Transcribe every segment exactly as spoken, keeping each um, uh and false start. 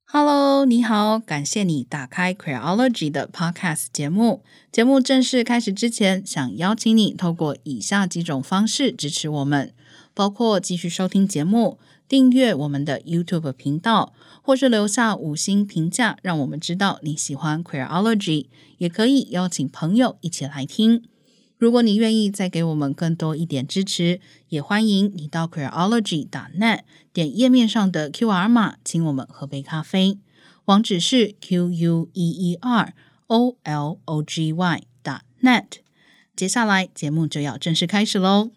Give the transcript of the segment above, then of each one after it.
Hello， 你好，感谢你打开 Queerology 的 Podcast 节目。节目正式开始之前，想邀请你透过以下几种方式支持我们，包括继续收听节目、订阅我们的 YouTube 频道，或是留下五星评价，让我们知道你喜欢 Queerology， 也可以邀请朋友一起来听。如果你愿意再给我们更多一点支持，也欢迎你到 queerology 点 net 点页面上的 Q R 码，请我们喝杯咖啡。网址是 Q U E E R O L O G Y 点 net。接下来节目就要正式开始喽。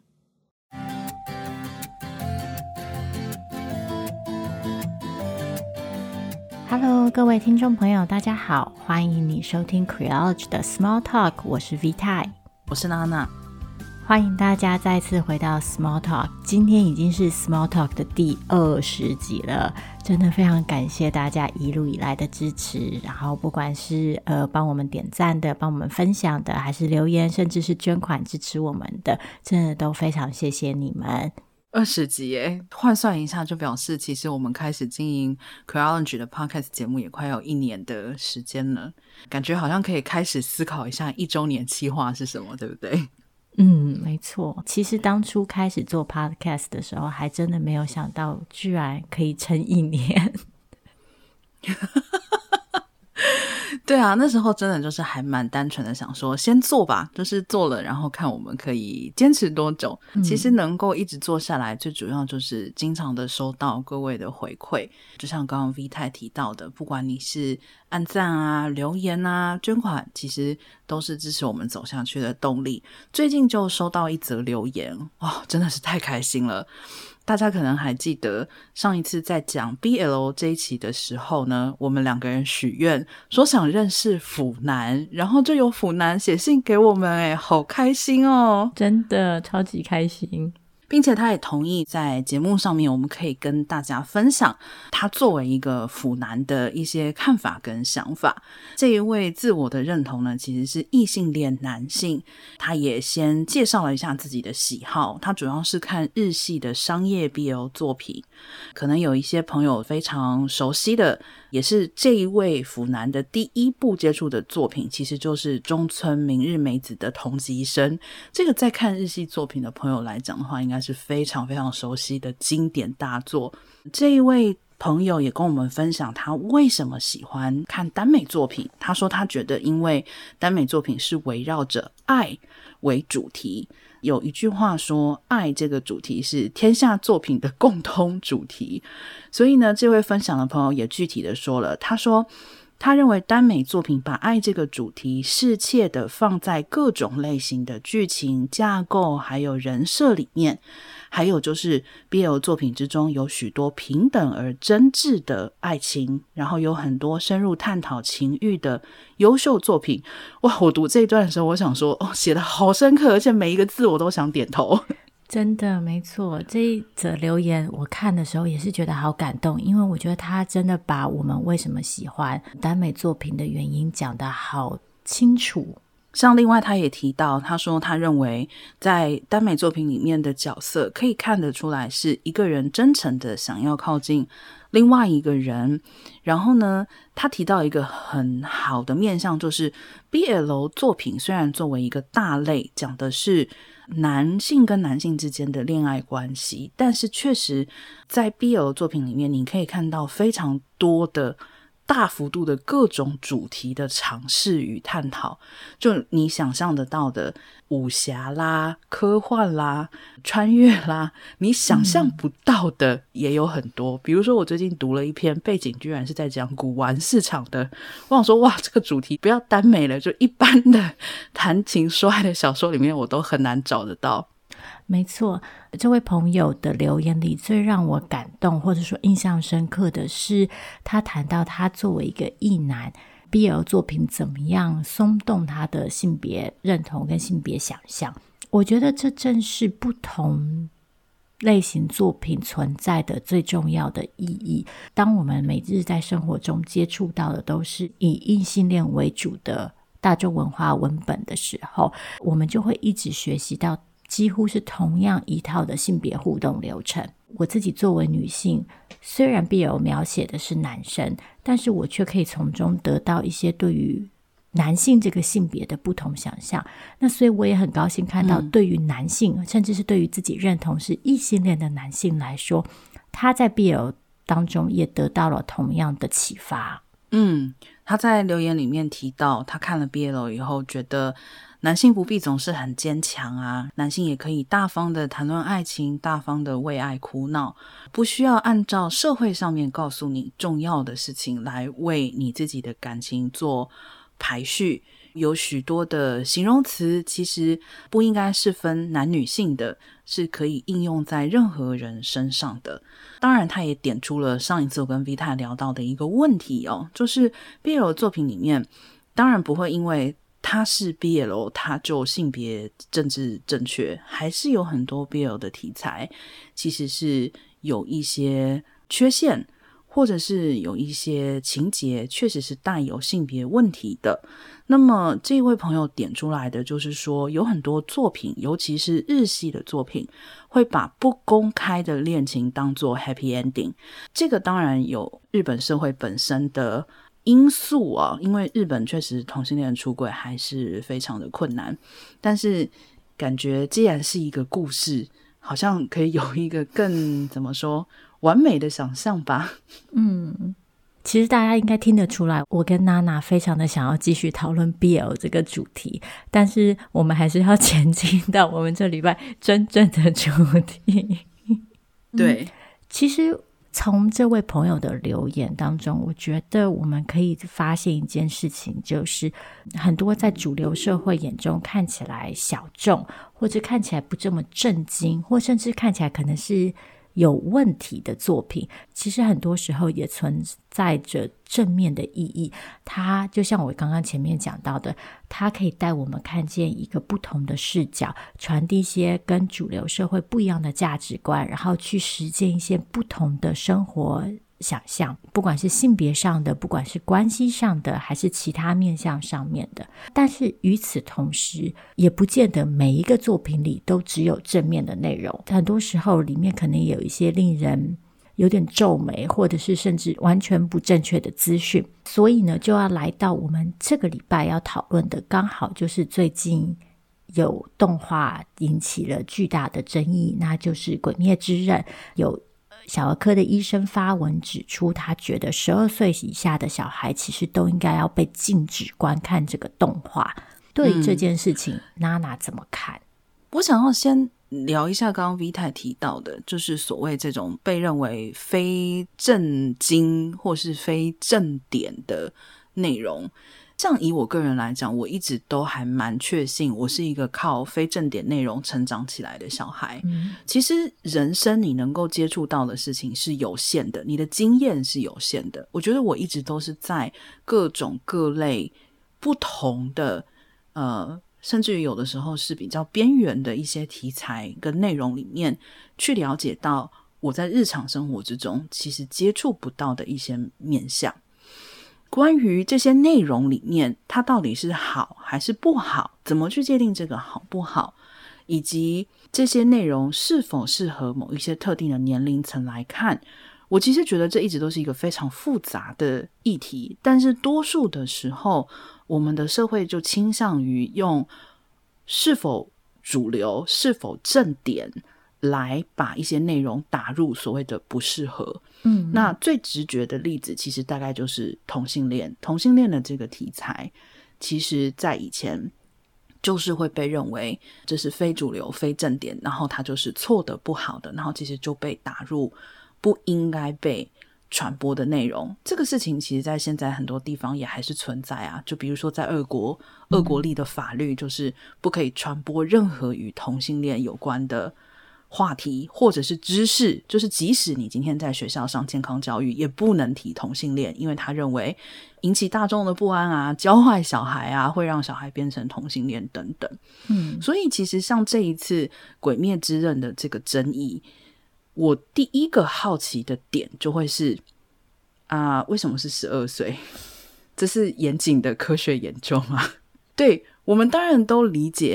Hello， 各位听众朋友，大家好，欢迎你收听 Queerology 的 Small Talk， 我是 Vita， 我是娜娜。 欢迎大家再次回到 Small Talk， 今天已经是 Small Talk 的第二十集了，真的非常感谢大家一路以来的支持，然后不管是呃帮我们点赞的，帮我们分享的，还是留言，甚至是捐款支持我们的，真的都非常谢谢你们。 二十集耶，换算一下就表示其实我们开始经营 Queerology 的 Podcast 节目也快有一年的时间了，感觉好像可以开始思考一下一周年企划是什么，对不对？ 嗯，没错。其实当初开始做 podcast 的时候，还真的没有想到，居然可以撑一年。 对啊，那时候真的就是还蛮单纯的想说先做吧，就是做了然后看我们可以坚持多久、嗯、其实能够一直做下来最主要就是经常的收到各位的回馈，就像刚刚 V 太提到的，不管你是按赞啊、留言啊、捐款，其实都是支持我们走下去的动力。最近就收到一则留言，哇，真的是太开心了。大家可能还记得上一次在讲 B L 这一期的时候呢，我们两个人许愿说想认识腐男，然后就有腐男写信给我们，诶，好开心哦， 真的超级开心， 并且他也同意在节目上面我们可以跟大家分享他作为一个腐男的一些看法跟想法。这一位自我的认同呢其实是异性恋男性，他也先介绍了一下自己的喜好，他主要是看日系的商业 B L 作品，可能有一些朋友非常熟悉的也是这一位腐男的第一部接触的作品，其实就是中村明日美子的同级生。这个在看日系作品的朋友来讲的话，应该是非常非常熟悉的经典大作。这一位朋友也跟我们分享他为什么喜欢看耽美作品，他说他觉得因为耽美作品是围绕着爱为主题，有一句话说爱这个主题是天下作品的共通主题，所以呢这位分享的朋友也具体的说了，他说他认为耽美作品把爱这个主题适切的放在各种类型的剧情架构还有人设里面，还有就是 B L 作品之中有许多平等而真挚的爱情，然后有很多深入探讨情欲的优秀作品。哇，我读这一段的时候我想说哦，写得好深刻，而且每一个字我都想点头。 真的没错，这一则留言我看的时候也是觉得好感动，因为我觉得他真的把我们为什么喜欢耽美作品的原因讲得好清楚。 像另外他也提到，他说他认为在耽美作品里面的角色可以看得出来是一个人真诚的想要靠近另外一个人，然后呢他提到一个很好的面向，就是 B L 作品虽然作为一个大类讲的是男性跟男性之间的恋爱关系，但是确实在 B L 作品里面你可以看到非常多的大幅度的各种主题的尝试与探讨，就你想象得到的武侠啦、科幻啦、穿越啦，你想象不到的也有很多、嗯、比如说我最近读了一篇背景居然是在讲古玩市场的，我想说哇，这个主题不要耽美了，就一般的谈情说爱的小说里面我都很难找得到。 没错，这位朋友的留言里最让我感动或者说印象深刻的是他谈到他作为一个异男 B L 作品怎么样松动他的性别认同跟性别想象。我觉得这正是不同类型作品存在的最重要的意义。当我们每日在生活中接触到的都是以异性恋为主的大众文化文本的时候，我们就会一直学习到几乎是同样一套的性别互动流程。 我自己作为女性，虽然 B L 描写的是男生，但是我却可以从中得到一些对于男性这个性别的不同想象。那所以我也很高兴看到对于男性、嗯、甚至是对于自己认同是异性恋的男性来说，他在 B L 当中也得到了同样的启发。 嗯，他在留言里面提到他看了 B L 以后觉得男性不必总是很坚强啊，男性也可以大方的谈论爱情，大方的为爱哭闹，不需要按照社会上面告诉你重要的事情来为你自己的感情做排序。有许多的形容词其实不应该是分男女性的，是可以应用在任何人身上的。当然他也点出了上一次我跟 Vita 聊到的一个问题哦，就是 B L 作品里面当然不会因为他是 B L 他就性别政治正确，还是有很多 B L 的题材其实是有一些缺陷，或者是有一些情节确实是带有性别问题的。那么这位朋友点出来的就是说，有很多作品，尤其是日系的作品，会把不公开的恋情当作 happy ending。 这个当然有日本社会本身的因素啊，因为日本确实同性恋出轨还是非常的困难，但是感觉既然是一个故事，好像可以有一个更怎么说完美的想象吧。 嗯，其实大家应该听得出来，我跟娜娜非常的想要继续讨论 B L 这个主题，但是我们还是要前进到我们这礼拜真正的主题。 对、嗯、 其实从这位朋友的留言当中，我觉得我们可以发现一件事情，就是很多在主流社会眼中看起来小众，或者看起来不这么震惊，或甚至看起来可能是有问题的作品，其实很多时候也存在着正面的意义。它就像我刚刚前面讲到的，它可以带我们看见一个不同的视角，传递一些跟主流社会不一样的价值观，然后去实践一些不同的生活想象，不管是性别上的，不管是关系上的，还是其他面向上面的。但是与此同时，也不见得每一个作品里都只有正面的内容，很多时候里面可能有一些令人有点皱眉，或者是甚至完全不正确的资讯。所以呢，就要来到我们这个礼拜要讨论的，刚好就是最近有动画引起了巨大的争议，那就是《鬼灭之刃》。有小儿科的医生发文指出，他觉得十二岁以下的小孩其实都应该要被禁止观看这个动画。对于这件事情、嗯、娜娜怎么看？ 我想要先聊一下刚刚 Vita 提到的，就是所谓这种被认为非正经或是非正点的内容。像以我个人来讲，我一直都还蛮确信我是一个靠非正点内容成长起来的小孩、嗯、其实人生你能够接触到的事情是有限的，你的经验是有限的。我觉得我一直都是在各种各类不同的呃，甚至于有的时候是比较边缘的一些题材跟内容里面，去了解到我在日常生活之中其实接触不到的一些面向。关于这些内容里面它到底是好还是不好，怎么去界定这个好不好，以及这些内容是否适合某一些特定的年龄层来看，我其实觉得这一直都是一个非常复杂的议题。但是多数的时候我们的社会就倾向于用是否主流是否正点来把一些内容打入所谓的不适合。嗯，那最直觉的例子其实大概就是同性恋。同性恋的这个题材其实在以前就是会被认为这是非主流非正点，然后它就是错的不好的，然后其实就被打入不应该被传播的内容。这个事情其实在现在很多地方也还是存在啊，就比如说在俄国，俄国立的法律就是不可以传播任何与同性恋有关的话题或者是知识，就是即使你今天在学校上健康教育也不能提同性恋，因为他认为引起大众的不安啊，教坏小孩啊，会让小孩变成同性恋等等。嗯，所以其实像这一次鬼灭之刃的这个争议，我第一个好奇的点就会是啊、呃，为什么是十二岁？这是严谨的科学研究吗？对，我们当然都理解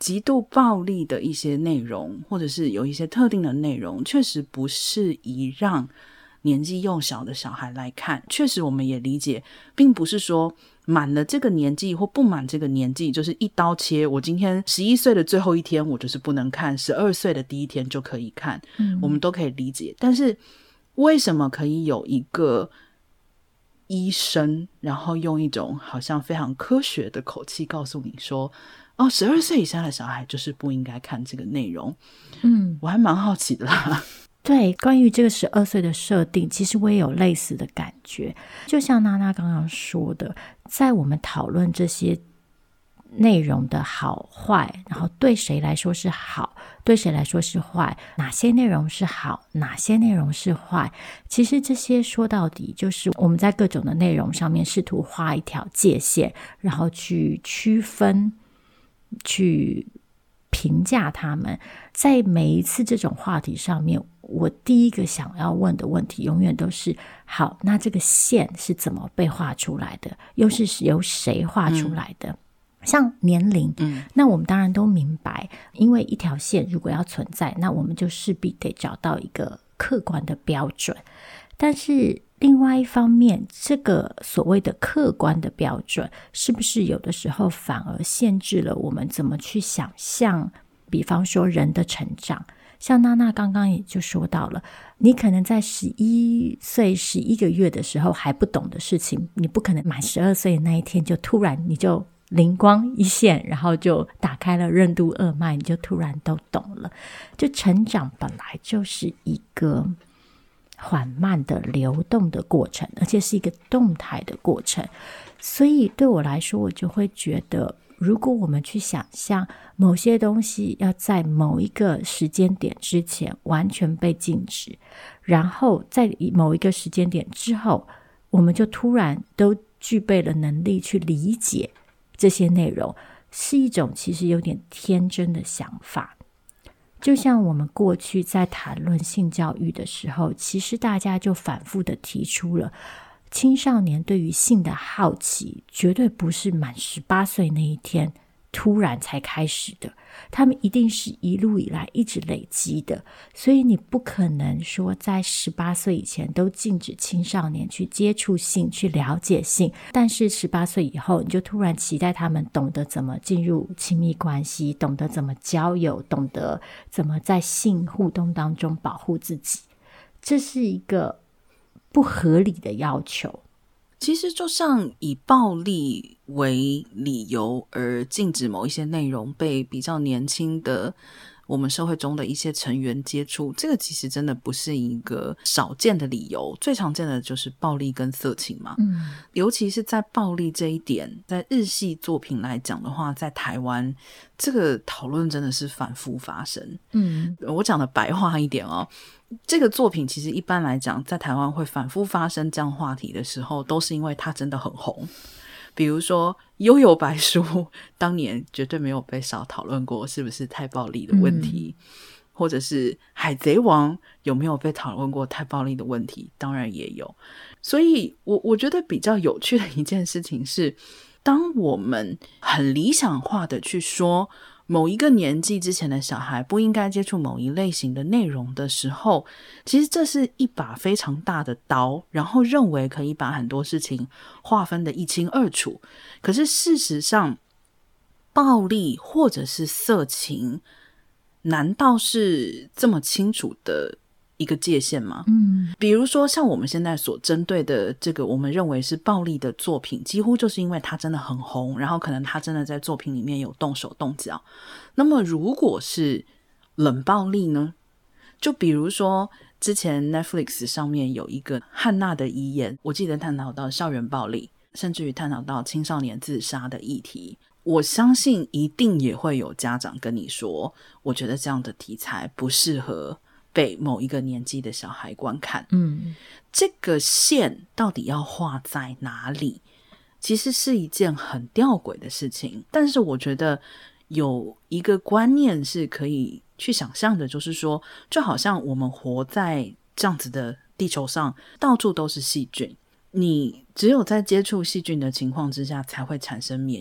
极度暴力的一些内容，或者是有一些特定的内容，确实不适宜让年纪幼小的小孩来看。确实我们也理解，并不是说满了这个年纪或不满这个年纪就是一刀切，我今天十一岁的最后一天我就是不能看，十二岁的第一天就可以看、嗯、我们都可以理解。但是为什么可以有一个医生然后用一种好像非常科学的口气告诉你说，哦，十二岁以下的小孩就是不应该看这个内容？嗯，我还蛮好奇的啦。 对，关于这个十二岁的设定，其实我也有类似的感觉。就像娜娜刚刚说的，在我们讨论这些内容的好坏，然后对谁来说是好，对谁来说是坏，哪些内容是好，哪些内容是坏，其实这些说到底就是我们在各种的内容上面试图画一条界限，然后去区分，去评价他们。在每一次这种话题上面，我第一个想要问的问题永远都是，好，那这个线是怎么被画出来的，又是由谁画出来的、嗯、像年龄、嗯、那我们当然都明白，因为一条线如果要存在，那我们就势必得找到一个客观的标准。但是另外一方面，这个所谓的客观的标准，是不是有的时候反而限制了我们怎么去想象，比方说人的成长。像娜娜刚刚也就说到了，你可能在十一岁十一个月的时候还不懂的事情，你不可能满十二岁的那一天就突然你就灵光一现，然后就打开了任督二脉，你就突然都懂了。就成长本来就是一个缓慢的流动的过程，而且是一个动态的过程。所以对我来说，我就会觉得，如果我们去想象某些东西要在某一个时间点之前完全被禁止，然后在某一个时间点之后，我们就突然都具备了能力去理解这些内容，是一种其实有点天真的想法。就像我们过去在谈论性教育的时候，其实大家就反复的提出了，青少年对于性的好奇绝对不是满十八岁那一天突然才开始的，他们一定是一路以来一直累积的。所以你不可能说在十八岁以前都禁止青少年去接触性，去了解性，但是十八岁以后你就突然期待他们懂得怎么进入亲密关系，懂得怎么交友，懂得怎么在性互动当中保护自己。这是一个不合理的要求。 其实就像以暴力为理由而禁止某一些内容被比较年轻的我们社会中的一些成员接触，这个其实真的不是一个少见的理由。最常见的就是暴力跟色情嘛，嗯，尤其是在暴力这一点，在日系作品来讲的话，在台湾这个讨论真的是反复发生。嗯，我讲的白话一点哦，这个作品其实一般来讲在台湾会反复发生这样话题的时候，都是因为它真的很红。比如说幽游白书当年绝对没有被少讨论过是不是太暴力的问题、嗯、或者是海贼王有没有被讨论过太暴力的问题，当然也有。所以我我觉得比较有趣的一件事情是，当我们很理想化的去说某一个年纪之前的小孩不应该接触某一类型的内容的时候，其实这是一把非常大的刀，然后认为可以把很多事情划分得一清二楚。可是事实上，暴力或者是色情难道是这么清楚的一个界限吗？嗯，比如说像我们现在所针对的这个我们认为是暴力的作品，几乎就是因为它真的很红，然后可能它真的在作品里面有动手动脚。那么如果是冷暴力呢？就比如说之前 Netflix 上面有一个汉娜的遗言，我记得探讨到校园暴力，甚至于探讨到青少年自杀的议题。我相信一定也会有家长跟你说，我觉得这样的题材不适合被某一个年纪的小孩观看。嗯，这个线到底要画在哪里，其实是一件很吊诡的事情。但是我觉得有一个观念是可以去想象的，就是说就好像我们活在这样子的地球上，到处都是细菌，你只有在接触细菌的情况之下才会产生免疫，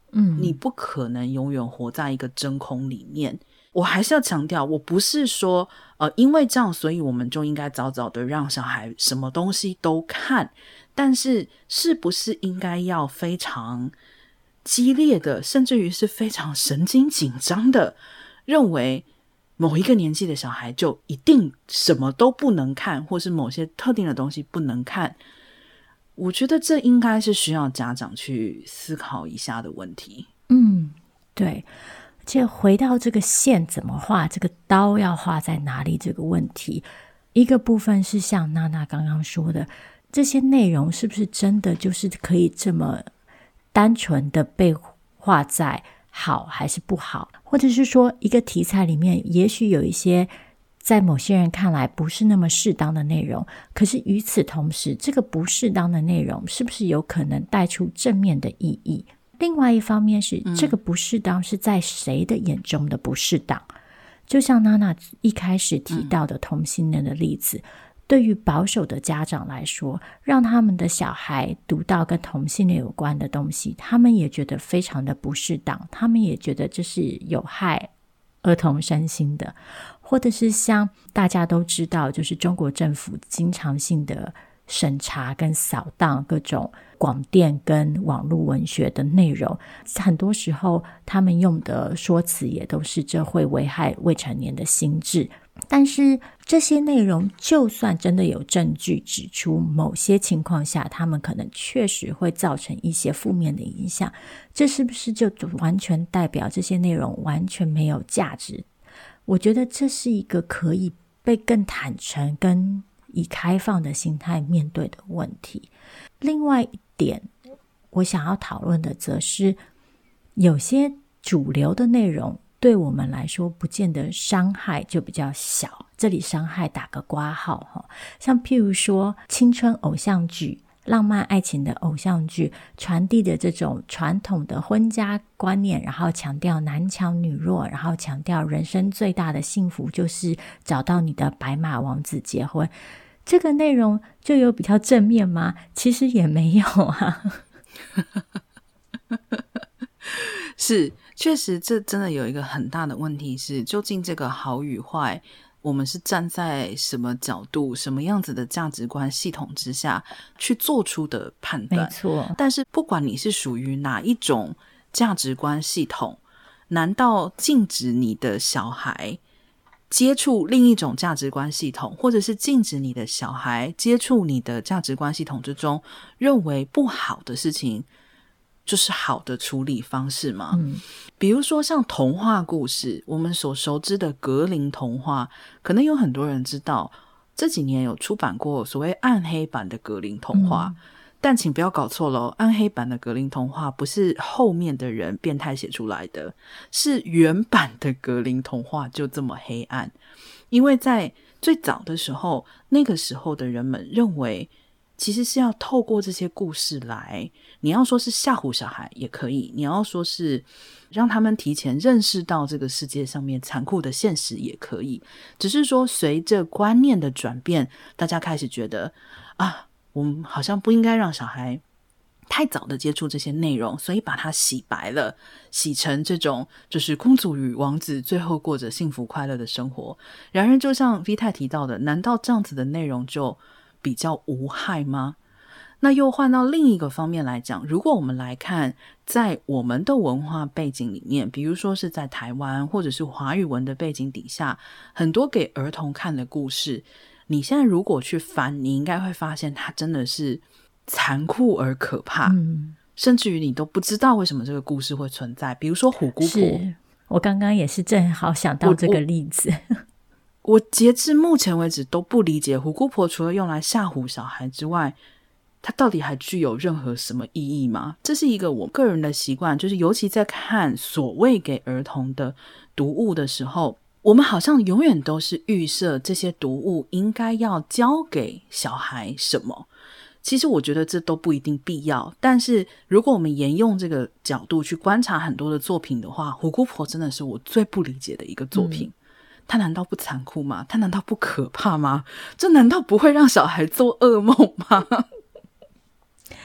嗯， 你不可能永远活在一个真空里面。我还是要强调，我不是说呃，因为这样所以我们就应该早早的让小孩什么东西都看，但是是不是应该要非常激烈的，甚至于是非常神经紧张的认为某一个年纪的小孩就一定什么都不能看，或是某些特定的东西不能看，我觉得这应该是需要家长去思考一下的问题。 嗯，对。而且回到这个线怎么画，这个刀要画在哪里这个问题，一个部分是像娜娜刚刚说的，这些内容是不是真的就是可以这么单纯的被画在好还是不好，或者是说一个题材里面也许有一些在某些人看来不是那么适当的内容，可是与此同时这个不适当的内容是不是有可能带出正面的意义。另外一方面是、嗯、这个不适当是在谁的眼中的不适当，就像娜娜一开始提到的同性恋的例子、嗯、对于保守的家长来说，让他们的小孩读到跟同性恋有关的东西，他们也觉得非常的不适当，他们也觉得这是有害儿童身心的。或者是像大家都知道，就是中国政府经常性的审查跟扫荡各种广电跟网络文学的内容，很多时候他们用的说辞也都是这会危害未成年的心智。但是这些内容就算真的有证据指出某些情况下他们可能确实会造成一些负面的影响，这是不是就完全代表这些内容完全没有价值？我觉得这是一个可以被更坦诚跟以开放的心态面对的问题。另外一点我想要讨论的则是，有些主流的内容对我们来说不见得伤害就比较小，这里伤害打个括号，像譬如说青春偶像剧、浪漫爱情的偶像剧传递的这种传统的婚家观念，然后强调男强女弱，然后强调人生最大的幸福就是找到你的白马王子结婚，这个内容就有比较正面吗？其实也没有啊。 是，确实这真的有一个很大的问题是，究竟这个好与坏我们是站在什么角度什么样子的价值观系统之下去做出的判断。 没错， 但是不管你是属于哪一种价值观系统，难道禁止你的小孩接触另一种价值观系统，或者是禁止你的小孩接触你的价值观系统之中认为不好的事情就是好的处理方式吗？嗯，比如说像童话故事，我们所熟知的格林童话，可能有很多人知道这几年有出版过所谓暗黑版的格林童话、嗯、但请不要搞错了，暗黑版的格林童话不是后面的人变态写出来的，是原版的格林童话就这么黑暗。因为在最早的时候，那个时候的人们认为其实是要透过这些故事来，你要说是吓唬小孩也可以，你要说是让他们提前认识到这个世界上面残酷的现实也可以，只是说随着观念的转变，大家开始觉得啊，我们好像不应该让小孩太早的接触这些内容，所以把它洗白了，洗成这种就是公主与王子最后过着幸福快乐的生活。然而就像 V 太提到的，难道这样子的内容就比较无害吗？那又换到另一个方面来讲，如果我们来看在我们的文化背景里面，比如说是在台湾或者是华语文的背景底下，很多给儿童看的故事，你现在如果去翻，你应该会发现它真的是残酷而可怕、嗯、甚至于你都不知道为什么这个故事会存在。比如说虎姑婆， 是我刚刚也是正好想到这个例子。 我, 我截至目前为止都不理解虎姑婆除了用来吓唬小孩之外，它到底还具有任何什么意义吗？这是一个我个人的习惯，就是尤其在看所谓给儿童的读物的时候，我们好像永远都是预设这些读物应该要教给小孩什么。其实我觉得这都不一定必要，但是如果我们沿用这个角度去观察很多的作品的话，虎姑婆真的是我最不理解的一个作品、嗯，它难道不残酷吗？它难道不可怕吗？这难道不会让小孩做噩梦吗？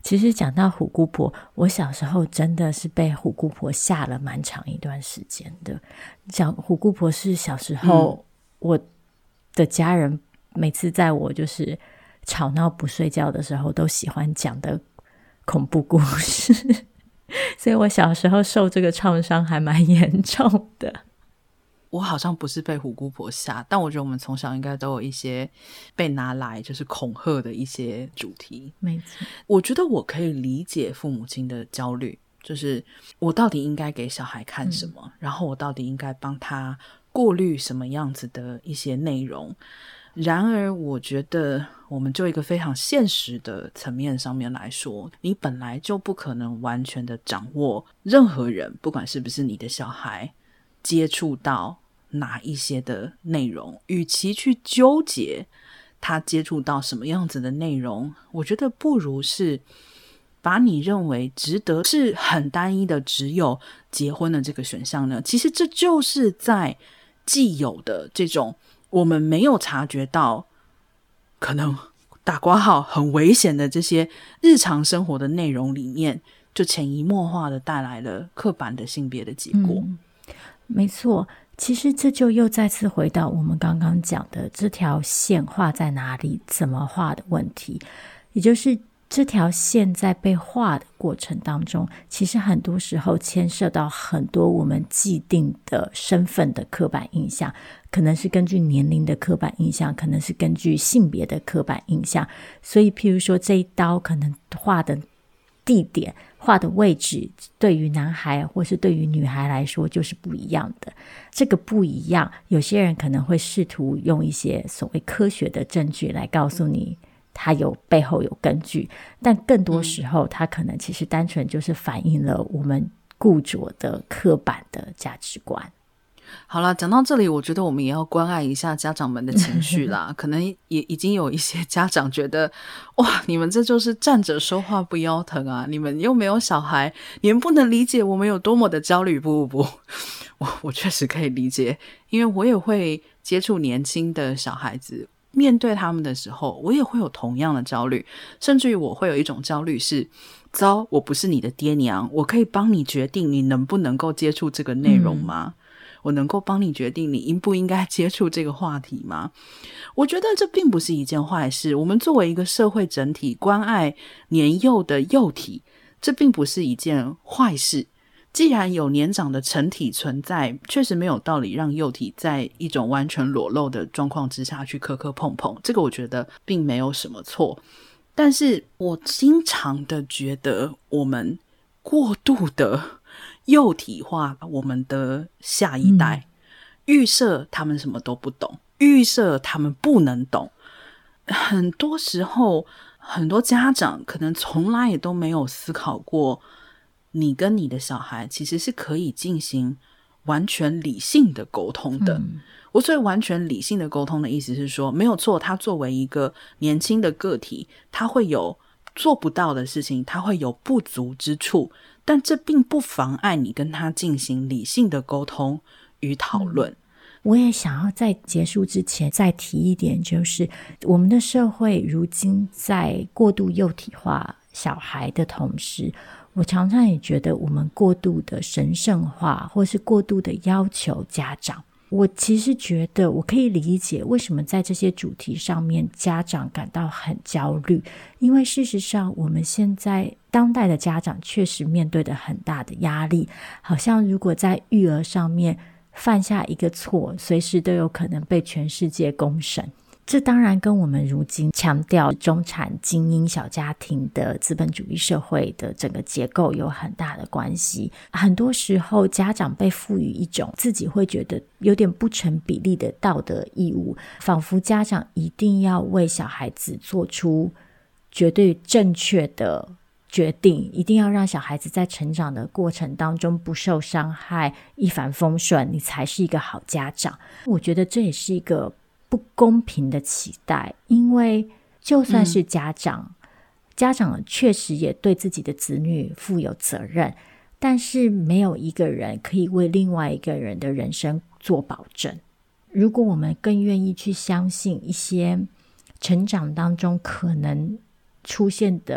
其实讲到虎姑婆，我小时候真的是被虎姑婆吓了蛮长一段时间的。讲虎姑婆是小时候、嗯、我的家人每次在我就是吵闹不睡觉的时候都喜欢讲的恐怖故事所以我小时候受这个创伤还蛮严重的。 我好像不是被虎姑婆吓，但我觉得我们从小应该都有一些被拿来就是恐吓的一些主题。 没错， 我觉得我可以理解父母亲的焦虑，就是我到底应该给小孩看什么、嗯、然后我到底应该帮他过滤什么样子的一些内容。然而我觉得我们就一个非常现实的层面上面来说，你本来就不可能完全的掌握任何人，不管是不是你的小孩接触到哪一些的内容，与其去纠结他接触到什么样子的内容，我觉得不如是把你认为值得是很单一的只有结婚的这个选项呢，其实这就是在既有的这种我们没有察觉到可能打括号很危险的这些日常生活的内容里面，就潜移默化的带来了刻板的性别的结果、 嗯、没错。其实这就又再次回到我们刚刚讲的这条线画在哪里怎么画的问题，也就是这条线在被画的过程当中，其实很多时候牵涉到很多我们既定的身份的刻板印象，可能是根据年龄的刻板印象，可能是根据性别的刻板印象。所以譬如说这一刀可能画的地点画的位置对于男孩或是对于女孩来说就是不一样的。这个不一样，有些人可能会试图用一些所谓科学的证据来告诉你它有背后有根据，但更多时候它可能其实单纯就是反映了我们固着的刻板的价值观。 好啦，讲到这里我觉得我们也要关爱一下家长们的情绪啦可能也已经有一些家长觉得哇，你们这就是站着说话不腰疼啊，你们又没有小孩，你们不能理解我们有多么的焦虑。不不不，我我确实可以理解，因为我也会接触年轻的小孩子，面对他们的时候我也会有同样的焦虑，甚至于我会有一种焦虑是糟，我不是你的爹娘，我可以帮你决定你能不能够接触这个内容吗、嗯我能够帮你决定你应不应该接触这个话题吗？我觉得这并不是一件坏事，我们作为一个社会整体关爱年幼的幼体，这并不是一件坏事。既然有年长的成体存在，确实没有道理让幼体在一种完全裸露的状况之下去磕磕碰碰，这个我觉得并没有什么错。但是我经常的觉得我们过度的幼体化我们的下一代、嗯、预设他们什么都不懂，预设他们不能懂。很多时候很多家长可能从来也都没有思考过，你跟你的小孩其实是可以进行完全理性的沟通的、嗯、我所谓完全理性的沟通的意思是说，没有错，他作为一个年轻的个体，他会有做不到的事情，他会有不足之处，但这并不妨碍你跟他进行理性的沟通与讨论、嗯、 我也想要在结束之前再提一点，就是我们的社会如今在过度幼体化小孩的同时，我常常也觉得我们过度的神圣化，或是过度的要求家长。我其实觉得我可以理解为什么在这些主题上面家长感到很焦虑，因为事实上我们现在当代的家长确实面对的很大的压力，好像如果在育儿上面犯下一个错，随时都有可能被全世界公审。这当然跟我们如今强调中产精英小家庭的资本主义社会的整个结构有很大的关系。很多时候家长被赋予一种自己会觉得有点不成比例的道德义务，仿佛家长一定要为小孩子做出绝对正确的决定，一定要让小孩子在成长的过程当中不受伤害，一帆风顺，你才是一个好家长。我觉得这也是一个不公平的期待，因为就算是家长、嗯、家长确实也对自己的子女负有责任，但是没有一个人可以为另外一个人的人生做保证。如果我们更愿意去相信一些成长当中可能出现的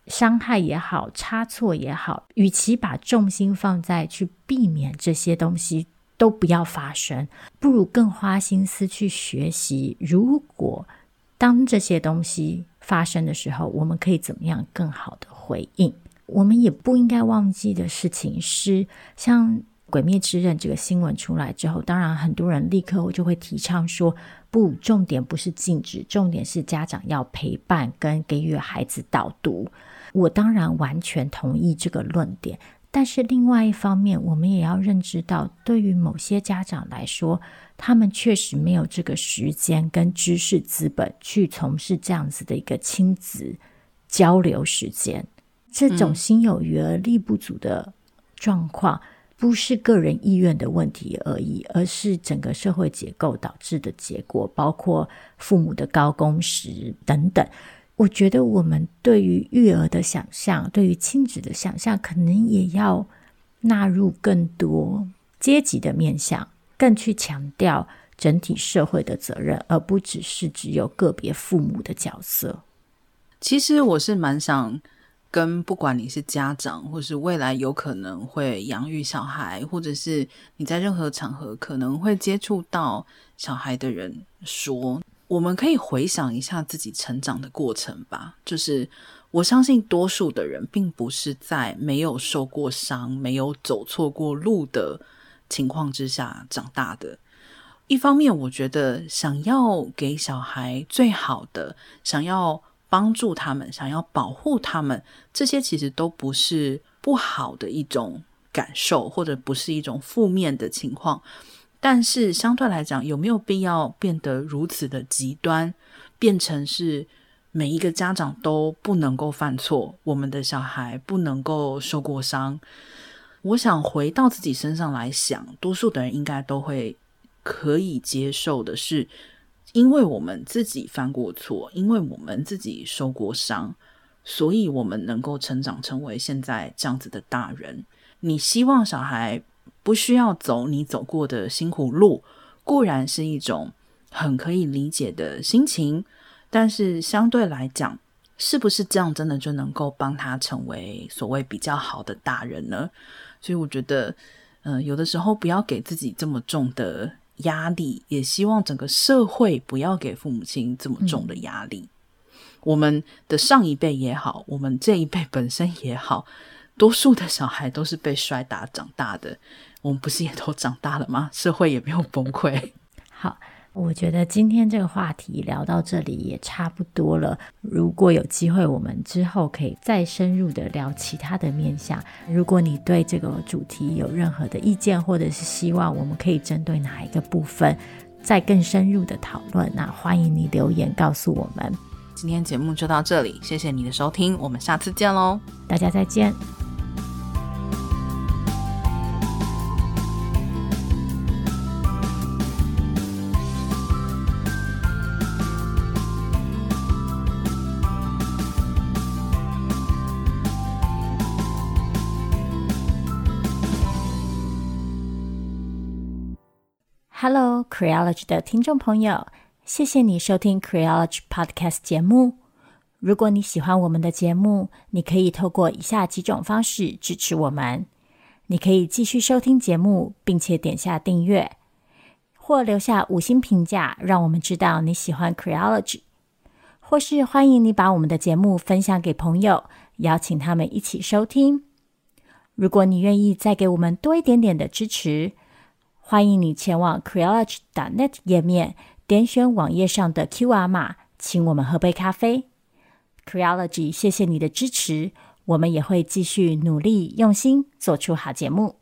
伤害也好，差错也好，与其把重心放在去避免这些东西都不要发生，不如更花心思去学习，如果当这些东西发生的时候，我们可以怎么样更好的回应。我们也不应该忘记的事情是，像鬼灭之刃这个新闻出来之后，当然很多人立刻就会提倡说，不，重点不是禁止，重点是家长要陪伴跟给予孩子导读。我当然完全同意这个论点，但是另外一方面，我们也要认知到，对于某些家长来说，他们确实没有这个时间跟知识资本去从事这样子的一个亲子交流时间。这种心有余而力不足的状况，不是个人意愿的问题而已，而是整个社会结构导致的结果，包括父母的高工时等等。我觉得我们对于育儿的想象，对于亲子的想象，可能也要纳入更多阶级的面向，更去强调整体社会的责任，而不只是只有个别父母的角色。 其实我是蛮想跟不管你是家长，或是未来有可能会养育小孩，或者是你在任何场合可能会接触到小孩的人说，我们可以回想一下自己成长的过程吧。就是我相信多数的人并不是在没有受过伤，没有走错过路的情况之下长大的。一方面我觉得想要给小孩最好的，想要帮助他们，想要保护他们，这些其实都不是不好的一种感受，或者不是一种负面的情况。但是相对来讲，有没有必要变得如此的极端，变成是每一个家长都不能够犯错，我们的小孩不能够受过伤？我想回到自己身上来想，多数的人应该都会可以接受的是，因为我们自己犯过错，因为我们自己受过伤，所以我们能够成长成为现在这样子的大人。你希望小孩不需要走你走过的辛苦路，固然是一种很可以理解的心情，但是相对来讲，是不是这样真的就能够帮他成为所谓比较好的大人呢？所以我觉得呃，有的时候不要给自己这么重的压力，也希望整个社会不要给父母亲这么重的压力、嗯、我们的上一辈也好，我们这一辈本身也好，多数的小孩都是被摔打长大的，我们不是也都长大了吗？社会也没有崩溃。 好，我觉得今天这个话题聊到这里也差不多了，如果有机会我们之后可以再深入的聊其他的面向。如果你对这个主题有任何的意见，或者是希望我们可以针对哪一个部分再更深入的讨论，那欢迎你留言告诉我们。 今天节目就到这里，谢谢你的收听，我们下次见咯， 大家再见。Hello Creology 的听众朋友，谢谢你收听 Creology Podcast 节目。如果你喜欢我们的节目，你可以透过以下几种方式支持我们。你可以继续收听节目，并且点下订阅，或留下五星评价，让我们知道你喜欢 Creology。或是欢迎你把我们的节目分享给朋友，邀请他们一起收听。如果你愿意再给我们多一点点的支持，欢迎你前往 creology dot net 页面，点选网页上的 Q R 码，请我们喝杯咖啡。Creology 谢谢你的支持，我们也会继续努力用心做出好节目。